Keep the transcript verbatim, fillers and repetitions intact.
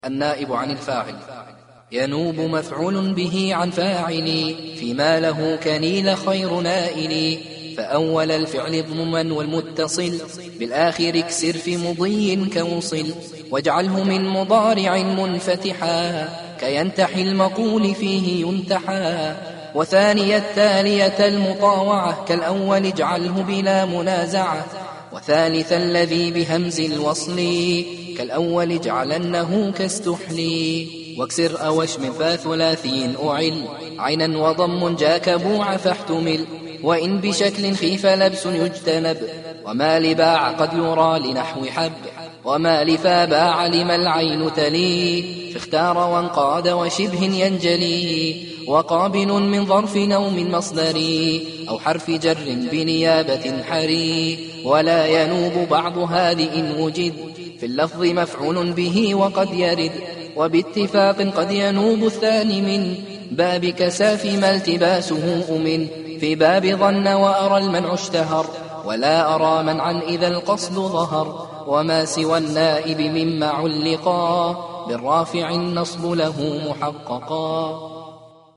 النائب عن الفاعل. ينوب مفعول به عن فاعل فيما له كنيل خير نائل. فأول الفعل اضمما والمتصل بالآخر اكسر في مضي كوصل. واجعله من مضارع منفتحا كينتحي المقول فيه ينتحى. وثاني التالية المطاوعة كالأول اجعله بلا منازعة. وثالث الذي بهمز الوصل كالأول اجعلنه كاستحلي. واكسر أوش من فثلاثي أعل عينا وضم جاك بوع فاحتمل. وإن بشكل خيف لبس يجتنب. وما لباع قد يرى لنحو حب. وما لفا باع لما العين تلي. فاختار وانقاد وشبه ينجلي. وقابل من ظرف نوم مصدري أو حرف جر بنيابة حري. ولا ينوب بعض هذه إن وجد في اللفظ مفعول به وقد يرد. وباتفاق قد ينوب الثاني من باب كساف ما التباسه أمن. في باب ظن وأرى المنع اشتهر. ولا أرى منعا إذا القصد ظهر. وما سوى النائب مما علقا بالرافع النصب له محققا.